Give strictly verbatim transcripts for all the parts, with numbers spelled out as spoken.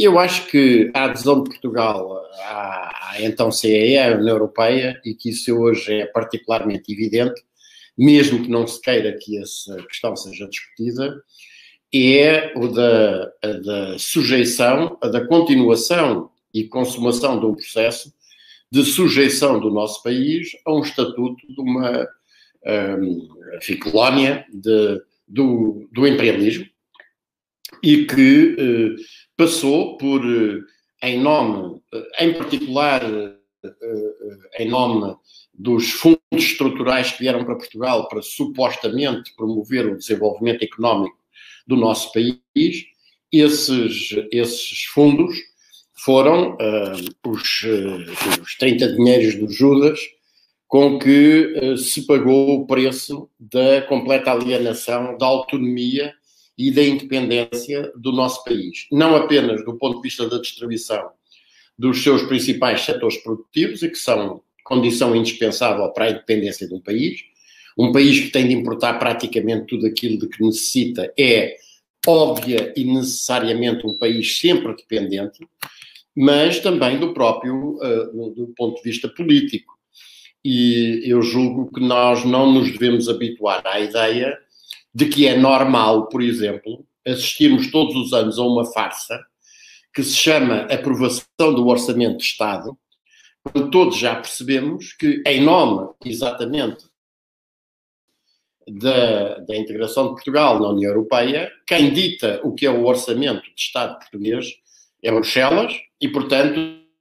Eu acho que a adesão de Portugal à, à então C E E, à União Europeia, e que isso hoje é particularmente evidente, mesmo que não se queira que essa questão seja discutida, é o da, a da sujeição, a da continuação e consumação de um processo de sujeição do nosso país a um estatuto de uma um, enfim, colónia de, do, do imperialismo, e que eh, passou por, eh, em nome, eh, em particular, eh, eh, em nome dos fundos estruturais que vieram para Portugal para supostamente promover o desenvolvimento económico do nosso país, esses, esses fundos foram uh, os, uh, os trinta dinheiros do Judas com que uh, se pagou o preço da completa alienação da autonomia e da independência do nosso país. Não apenas do ponto de vista da distribuição dos seus principais setores produtivos, e que são condição indispensável para a independência de um país. Um país que tem de importar praticamente tudo aquilo de que necessita é, óbvia e necessariamente, um país sempre dependente, mas também do próprio, uh, do ponto de vista político. E eu julgo que nós não nos devemos habituar à ideia de que é normal, por exemplo, assistirmos todos os anos a uma farsa que se chama aprovação do Orçamento de Estado, quando todos já percebemos que, em nome, exatamente, da, da integração de Portugal na União Europeia, quem dita o que é o Orçamento de Estado português é Bruxelas e, portanto,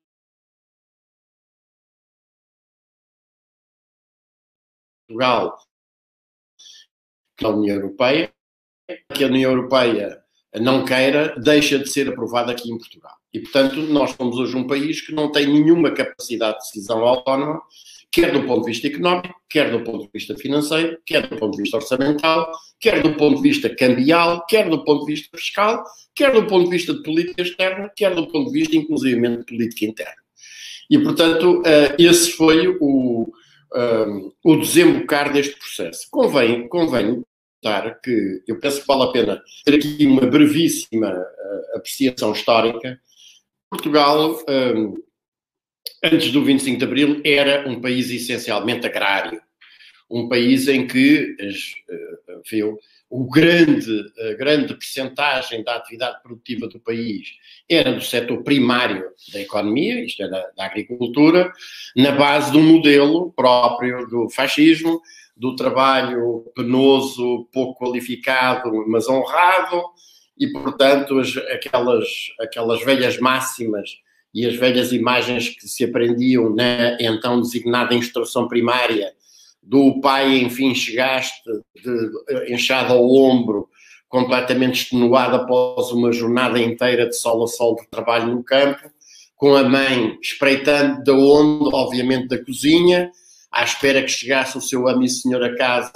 Portugal, que é a União Europeia, que a União Europeia não queira, deixa de ser aprovada aqui em Portugal. E, portanto, nós somos hoje um país que não tem nenhuma capacidade de decisão autónoma, quer do ponto de vista económico, quer do ponto de vista financeiro, quer do ponto de vista orçamental, quer do ponto de vista cambial, quer do ponto de vista fiscal, quer do ponto de vista de política externa, quer do ponto de vista, inclusivamente, de política interna. E, portanto, esse foi o, o desembocar deste processo. Convém, convém que eu penso que vale a pena ter aqui uma brevíssima uh, apreciação histórica. Portugal, um, antes do vinte e cinco de Abril, era um país essencialmente agrário. Um país em que uh, enfim, o grande, a grande percentagem da atividade produtiva do país era do setor primário da economia, isto é, da, da agricultura, na base de um modelo próprio do fascismo, do trabalho penoso, pouco qualificado, mas honrado, e, portanto, as, aquelas, aquelas velhas máximas e as velhas imagens que se aprendiam na então designada instrução primária, do pai, enfim, chegaste, de, enxada ao ombro, completamente extenuado após uma jornada inteira de sol a sol de trabalho no campo, com a mãe espreitando da onde, obviamente, da cozinha, à espera que chegasse o seu amo e senhor a casa,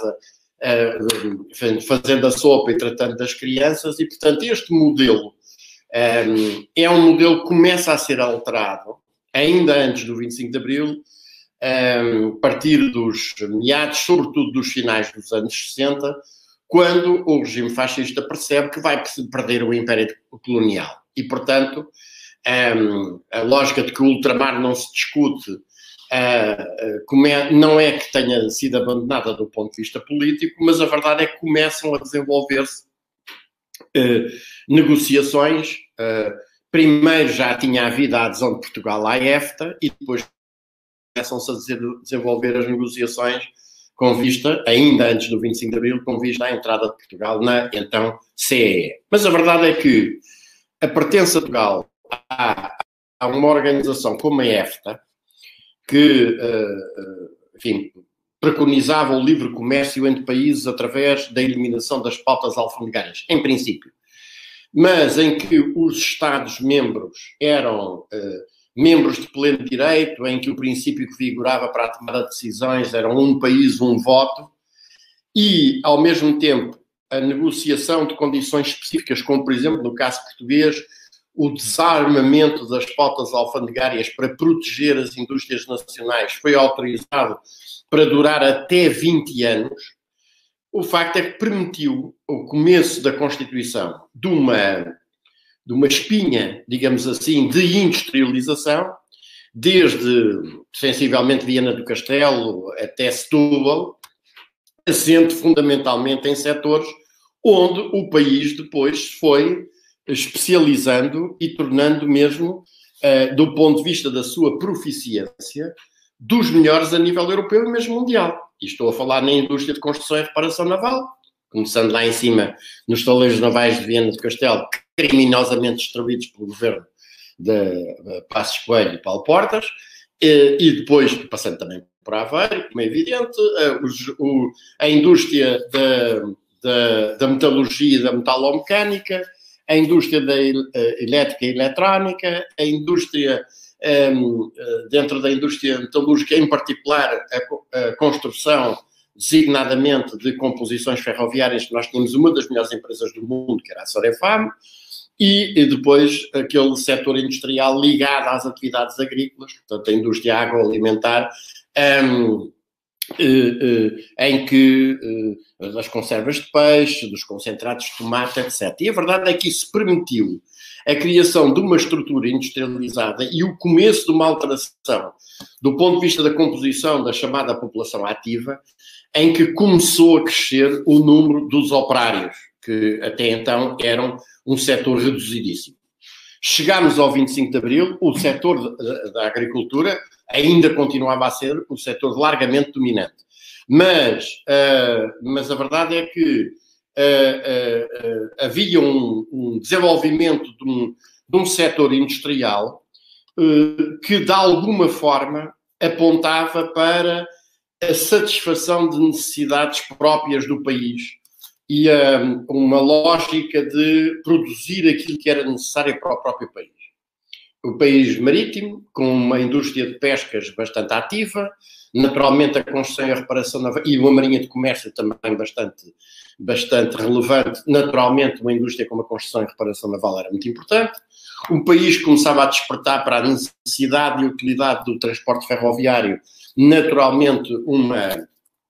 uh, fazendo a sopa e tratando das crianças, e, portanto, este modelo um, é um modelo que começa a ser alterado, ainda antes do vinte e cinco de Abril, um, a partir dos meados, sobretudo dos finais dos anos sessenta, quando o regime fascista percebe que vai perder o império colonial. E, portanto, um, a lógica de que o ultramar não se discute Uh, como é, não é que tenha sido abandonada do ponto de vista político, mas a verdade é que começam a desenvolver-se uh, negociações. Uh, primeiro já tinha havido a adesão de Portugal à EFTA e depois começam-se a desenvolver as negociações com vista, ainda antes do vinte e cinco de Abril, com vista à entrada de Portugal na, então, C E E. Mas a verdade é que a pertença de Portugal a, a uma organização como a EFTA, que, enfim, preconizava o livre comércio entre países através da eliminação das pautas alfandegárias, em princípio, mas em que os Estados-membros eram uh, membros de pleno direito, em que o princípio que vigorava para a tomada de decisões era um país, um voto, e, ao mesmo tempo, a negociação de condições específicas, como, por exemplo, no caso português, o desarmamento das pautas alfandegárias para proteger as indústrias nacionais foi autorizado para durar até vinte anos. O facto é que permitiu o começo da constituição de uma, de uma espinha, digamos assim, de industrialização, desde, sensivelmente, Viana do Castelo até Setúbal, assente fundamentalmente em setores onde o país depois foi especializando e tornando mesmo, uh, do ponto de vista da sua proficiência, dos melhores a nível europeu e mesmo mundial. E estou a falar na indústria de construção e reparação naval, começando lá em cima nos estaleiros navais de Viana do Castelo, criminosamente destruídos pelo governo de Passos Coelho e Paulo Portas, e depois, passando também por Aveiro, como é evidente, a indústria da, da, da metalurgia e da metalomecânica, a indústria da elétrica e eletrónica, a indústria, dentro da indústria metalúrgica, em particular, a, a construção, designadamente, de composições ferroviárias, que nós tínhamos uma das melhores empresas do mundo, que era a Sorefam, e, e depois aquele setor industrial ligado às atividades agrícolas, portanto, a indústria agroalimentar, um, eh, eh, em que eh, das conservas de peixe, dos concentrados de tomate, etcétera. E a verdade é que isso permitiu a criação de uma estrutura industrializada e o começo de uma alteração do ponto de vista da composição da chamada população ativa, em que começou a crescer o número dos operários, que até então eram um setor reduzidíssimo. Chegámos ao vinte e cinco de Abril, o setor da, da agricultura ainda continuava a ser um setor largamente dominante. Mas, uh, mas a verdade é que uh, uh, uh, havia um, um desenvolvimento de um, de um setor industrial uh, que, de alguma forma, apontava para a satisfação de necessidades próprias do país e um, uma lógica de produzir aquilo que era necessário para o próprio país. O país marítimo, com uma indústria de pescas bastante ativa, naturalmente a construção e a reparação naval, e uma marinha de comércio também bastante, bastante relevante, naturalmente uma indústria como a construção e reparação naval era muito importante. Um país que começava a despertar para a necessidade e utilidade do transporte ferroviário, naturalmente uma...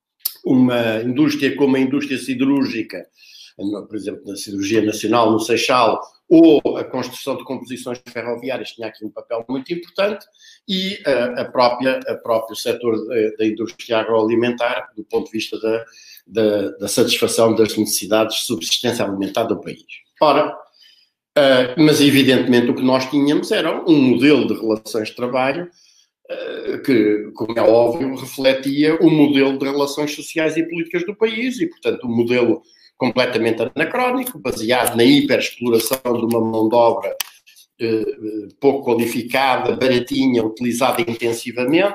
uma indústria como a indústria siderúrgica, por exemplo, na Siderurgia Nacional, no Seixal, ou a construção de composições ferroviárias tinha aqui um papel muito importante, e a, a própria, a próprio setor da, da indústria agroalimentar, do ponto de vista da, da, da satisfação das necessidades de subsistência alimentar do país. Ora, uh, mas evidentemente o que nós tínhamos era um modelo de relações de trabalho que, como é óbvio, refletia o modelo de relações sociais e políticas do país e, portanto, um modelo completamente anacrónico, baseado na hiperexploração de uma mão de obra eh, pouco qualificada, baratinha, utilizada intensivamente,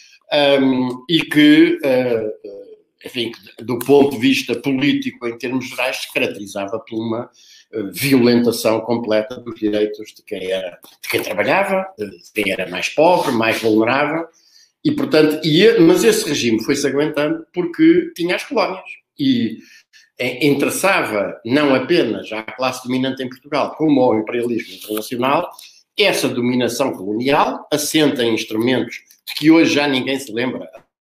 um, e que, uh, enfim, do ponto de vista político, em termos gerais, se caracterizava por uma violentação completa dos direitos de quem, era, de quem trabalhava, de quem era mais pobre, mais vulnerável, e portanto, e, mas esse regime foi-se aguentando porque tinha as colónias, e é, interessava não apenas à classe dominante em Portugal, como ao imperialismo internacional, essa dominação colonial, assenta em instrumentos de que hoje já ninguém se lembra,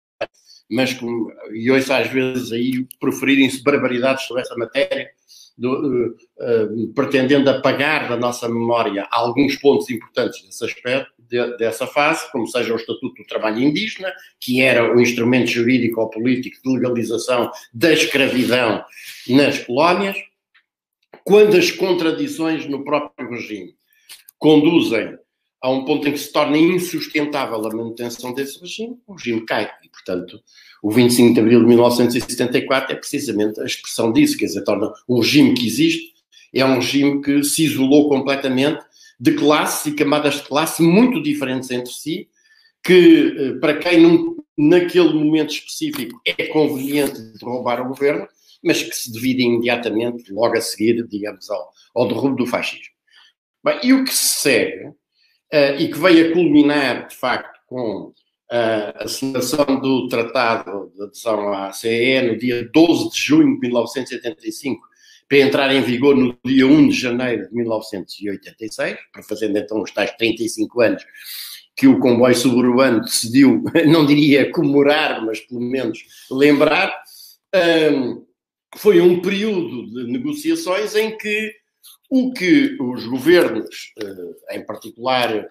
mas como, e hoje às vezes aí preferirem-se barbaridades sobre essa matéria, Do, uh, uh, pretendendo apagar da nossa memória alguns pontos importantes desse aspecto, de, dessa fase, como seja o Estatuto do Trabalho Indígena, que era o instrumento jurídico ou político de legalização da escravidão nas colónias, quando as contradições no próprio regime conduzem a um ponto em que se torna insustentável a manutenção desse regime, o regime cai. E, portanto, o vinte e cinco de Abril de mil novecentos e setenta e quatro é precisamente a expressão disso, quer dizer, torna o regime que existe, é um regime que se isolou completamente de classes e camadas de classe muito diferentes entre si, que, para quem num, naquele momento específico é conveniente derrubar o governo, mas que se divide imediatamente, logo a seguir, digamos, ao, ao derrubo do fascismo. Bem, e o que se segue, Uh, e que veio a culminar, de facto, com uh, a assinação do Tratado de Adesão à C E E no dia doze de junho de mil novecentos e oitenta e cinco, para entrar em vigor no dia um de janeiro de mil novecentos e oitenta e seis, para fazendo então os tais trinta e cinco anos que o comboio suburbano decidiu, não diria comemorar, mas pelo menos lembrar. Um, foi um período de negociações em que O que os governos, em particular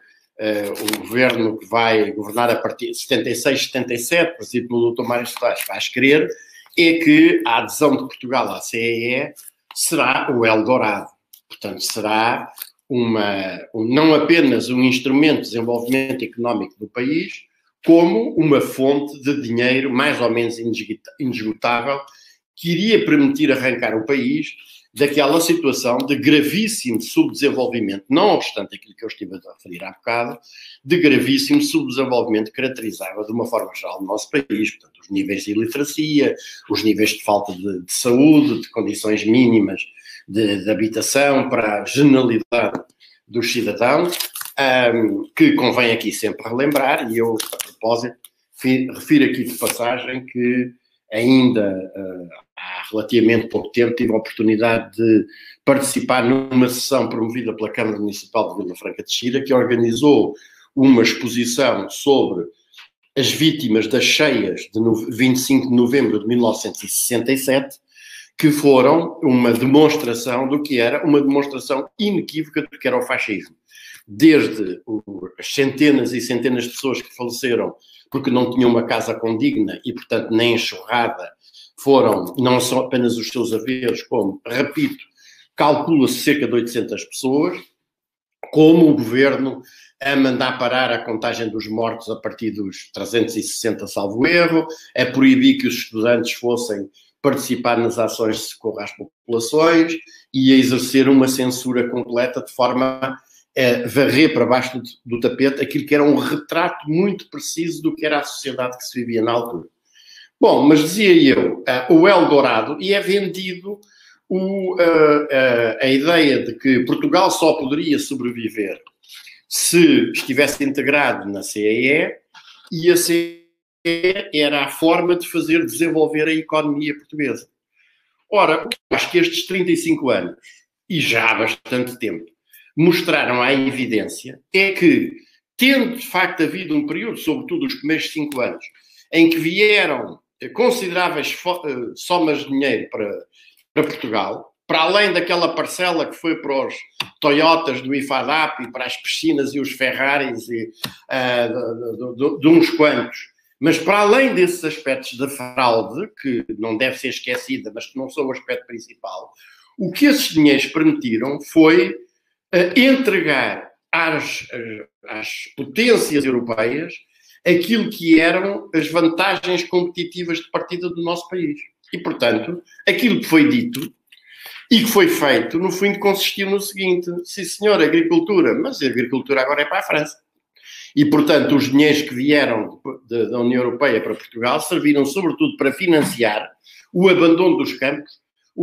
o governo que vai governar a partir de setenta e seis, setenta e sete, presidido pelo doutor Mário Soares, faz crer, é que a adesão de Portugal à C E E será o Eldorado. Portanto, será uma, não apenas um instrumento de desenvolvimento económico do país, como uma fonte de dinheiro mais ou menos inesgotável que iria permitir arrancar o país daquela situação de gravíssimo subdesenvolvimento, não obstante aquilo que eu estive a referir há bocado, de gravíssimo subdesenvolvimento que caracterizava de uma forma geral o nosso país, portanto, os níveis de iliteracia, os níveis de falta de, de saúde, de condições mínimas de, de habitação para a generalidade dos cidadãos, um, que convém aqui sempre relembrar, e eu, a propósito, refiro aqui de passagem que ainda uh, há relativamente pouco tempo tive a oportunidade de participar numa sessão promovida pela Câmara Municipal de Vila Franca de Xira, que organizou uma exposição sobre as vítimas das cheias de vinte e cinco de novembro de mil novecentos e sessenta e sete, que foram uma demonstração do que era, uma demonstração inequívoca do que era o fascismo. Desde as centenas e centenas de pessoas que faleceram porque não tinham uma casa condigna e, portanto, nem enxurrada, foram não só apenas os seus haveres, como, repito, calcula-se cerca de oitocentas pessoas, como o governo a mandar parar a contagem dos mortos a partir dos trezentos e sessenta, salvo erro, a proibir que os estudantes fossem participar nas ações de socorro às populações e a exercer uma censura completa de forma a varrer para baixo do, do tapete aquilo que era um retrato muito preciso do que era a sociedade que se vivia na altura. Bom, mas dizia eu, uh, o Eldorado, e é vendido o, uh, uh, a ideia de que Portugal só poderia sobreviver se estivesse integrado na C E E, e a C E E era a forma de fazer desenvolver a economia portuguesa. Ora, acho que estes trinta e cinco anos, e já há bastante tempo, mostraram à evidência é que, tendo de facto havido um período, sobretudo os primeiros cinco anos, em que vieram consideráveis somas de dinheiro para, para Portugal, para além daquela parcela que foi para os Toyotas do IFADAP e para as piscinas e os Ferraris e, uh, de, de, de uns quantos, mas para além desses aspectos da fraude, que não deve ser esquecida, mas que não são o aspecto principal, o que esses dinheiros permitiram foi uh, entregar às, às potências europeias aquilo que eram as vantagens competitivas de partida do nosso país. E, portanto, aquilo que foi dito e que foi feito, no fundo, consistiu no seguinte: sim, senhor, agricultura, mas a agricultura agora é para a França. E, portanto, os dinheiros que vieram da União Europeia para Portugal serviram, sobretudo, para financiar o abandono dos campos,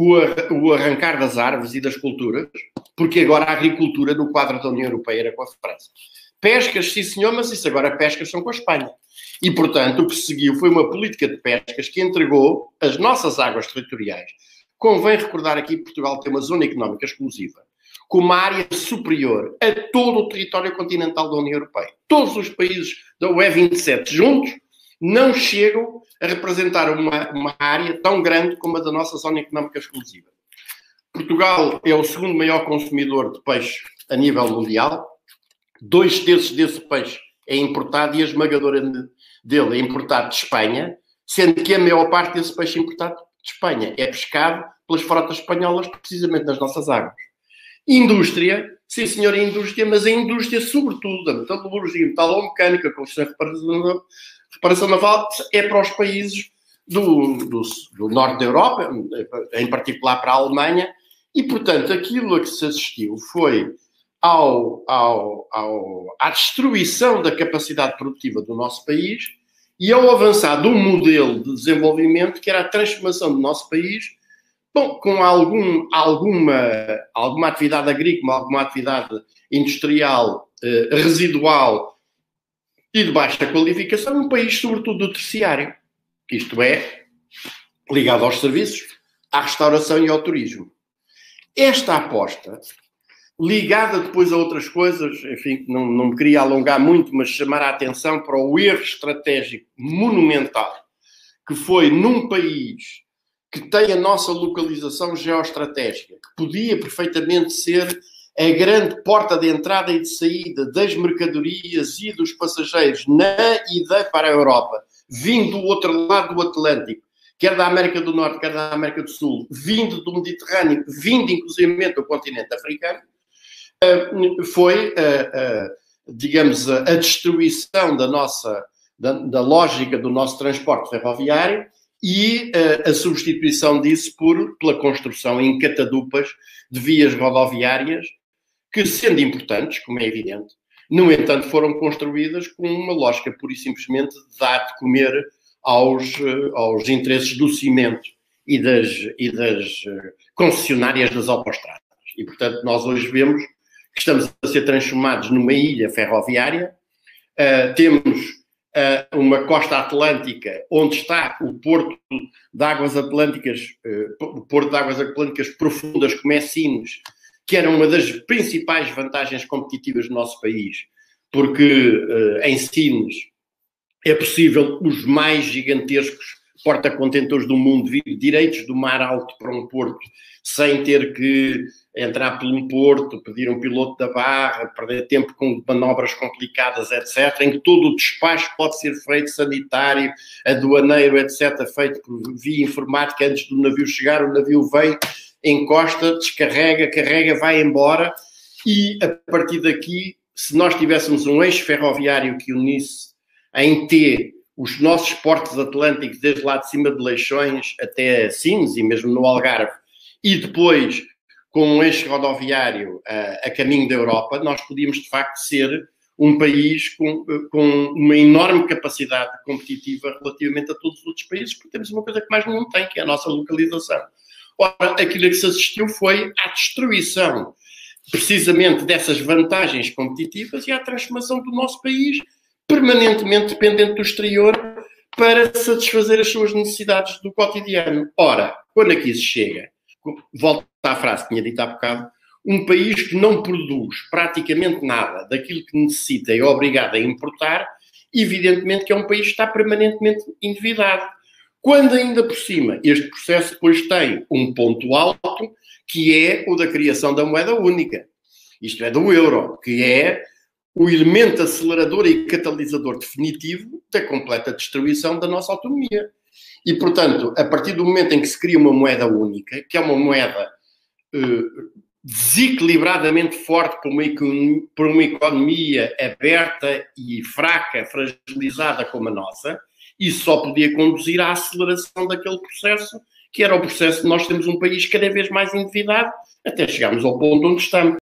o arrancar das árvores e das culturas, porque agora a agricultura, no quadro da União Europeia, era com a França. Pescas, sim senhor, mas isso agora pescas são com a Espanha. E, portanto, o que se seguiu foi uma política de pescas que entregou as nossas águas territoriais. Convém recordar aqui que Portugal tem uma zona económica exclusiva, com uma área superior a todo o território continental da União Europeia. Todos os países da U E vinte e sete juntos não chegam a representar uma, uma área tão grande como a da nossa zona económica exclusiva. Portugal é o segundo maior consumidor de peixe a nível mundial. Dois terços desse peixe é importado e a esmagadora dele é importado de Espanha, sendo que a maior parte desse peixe importado de Espanha é pescado pelas frotas espanholas, precisamente nas nossas águas. Indústria, sim senhor, é indústria, mas é indústria sobretudo da metalurgia, metalomecânica, construção e reparação, reparação naval, é para os países do, do, do norte da Europa, em particular para a Alemanha, e, portanto, aquilo a que se assistiu foi Ao, ao, ao, à destruição da capacidade produtiva do nosso país e ao avançar de um modelo de desenvolvimento que era a transformação do nosso país, bom, com algum, alguma, alguma atividade agrícola, alguma atividade industrial eh, residual e de baixa qualificação, num país sobretudo do terciário, isto é, ligado aos serviços, à restauração e ao turismo. Esta aposta, ligada depois a outras coisas, enfim, não, não me queria alongar muito, mas chamar a atenção para o erro estratégico monumental que foi num país que tem a nossa localização geoestratégica, que podia perfeitamente ser a grande porta de entrada e de saída das mercadorias e dos passageiros na e da para a Europa, vindo do outro lado do Atlântico, quer da América do Norte, quer da América do Sul, vindo do Mediterrâneo, vindo inclusive do continente africano, foi, digamos, a destruição da nossa, da, da lógica do nosso transporte ferroviário e a substituição disso por, pela construção em catadupas de vias rodoviárias que, sendo importantes, como é evidente, no entanto, foram construídas com uma lógica pura e simplesmente de dar de comer aos, aos interesses do cimento e das, e das concessionárias das autoestradas. E, portanto, nós hoje vemos que estamos a ser transformados numa ilha ferroviária. Uh, temos uh, uma costa atlântica onde está o porto de águas atlânticas, uh, o porto de águas atlânticas profundas como é Sines, que era uma das principais vantagens competitivas do nosso país, porque uh, em Sines é possível os mais gigantescos porta-contentores do mundo vir direitos do mar alto para um porto, sem ter que entrar por um porto, pedir um piloto da barra, perder tempo com manobras complicadas, etcétera, em que todo o despacho pode ser feito sanitário, aduaneiro, etcétera, feito por via informática antes do navio chegar. O navio vem, encosta, descarrega, carrega, vai embora, e a partir daqui, se nós tivéssemos um eixo ferroviário que unisse em T os nossos portos atlânticos, desde lá de cima de Leixões até Sines e mesmo no Algarve, e depois com um eixo rodoviário a, a caminho da Europa, nós podíamos de facto ser um país com, com uma enorme capacidade competitiva relativamente a todos os outros países, porque temos uma coisa que mais não tem, que é a nossa localização. Ora, aquilo que se assistiu foi à destruição precisamente dessas vantagens competitivas e à transformação do nosso país permanentemente dependente do exterior para satisfazer as suas necessidades do cotidiano. Ora, quando aqui se chega, volto à frase que tinha dito há bocado, um país que não produz praticamente nada daquilo que necessita e é obrigado a importar, evidentemente que é um país que está permanentemente endividado. Quando ainda por cima este processo depois tem um ponto alto, que é o da criação da moeda única, isto é, do euro, que é o elemento acelerador e catalisador definitivo da completa destruição da nossa autonomia. E, portanto, a partir do momento em que se cria uma moeda única, que é uma moeda eh, desequilibradamente forte por uma, por uma economia aberta e fraca, fragilizada como a nossa, isso só podia conduzir à aceleração daquele processo, que era o processo de nós termos um país cada vez mais endividado, até chegarmos ao ponto onde estamos.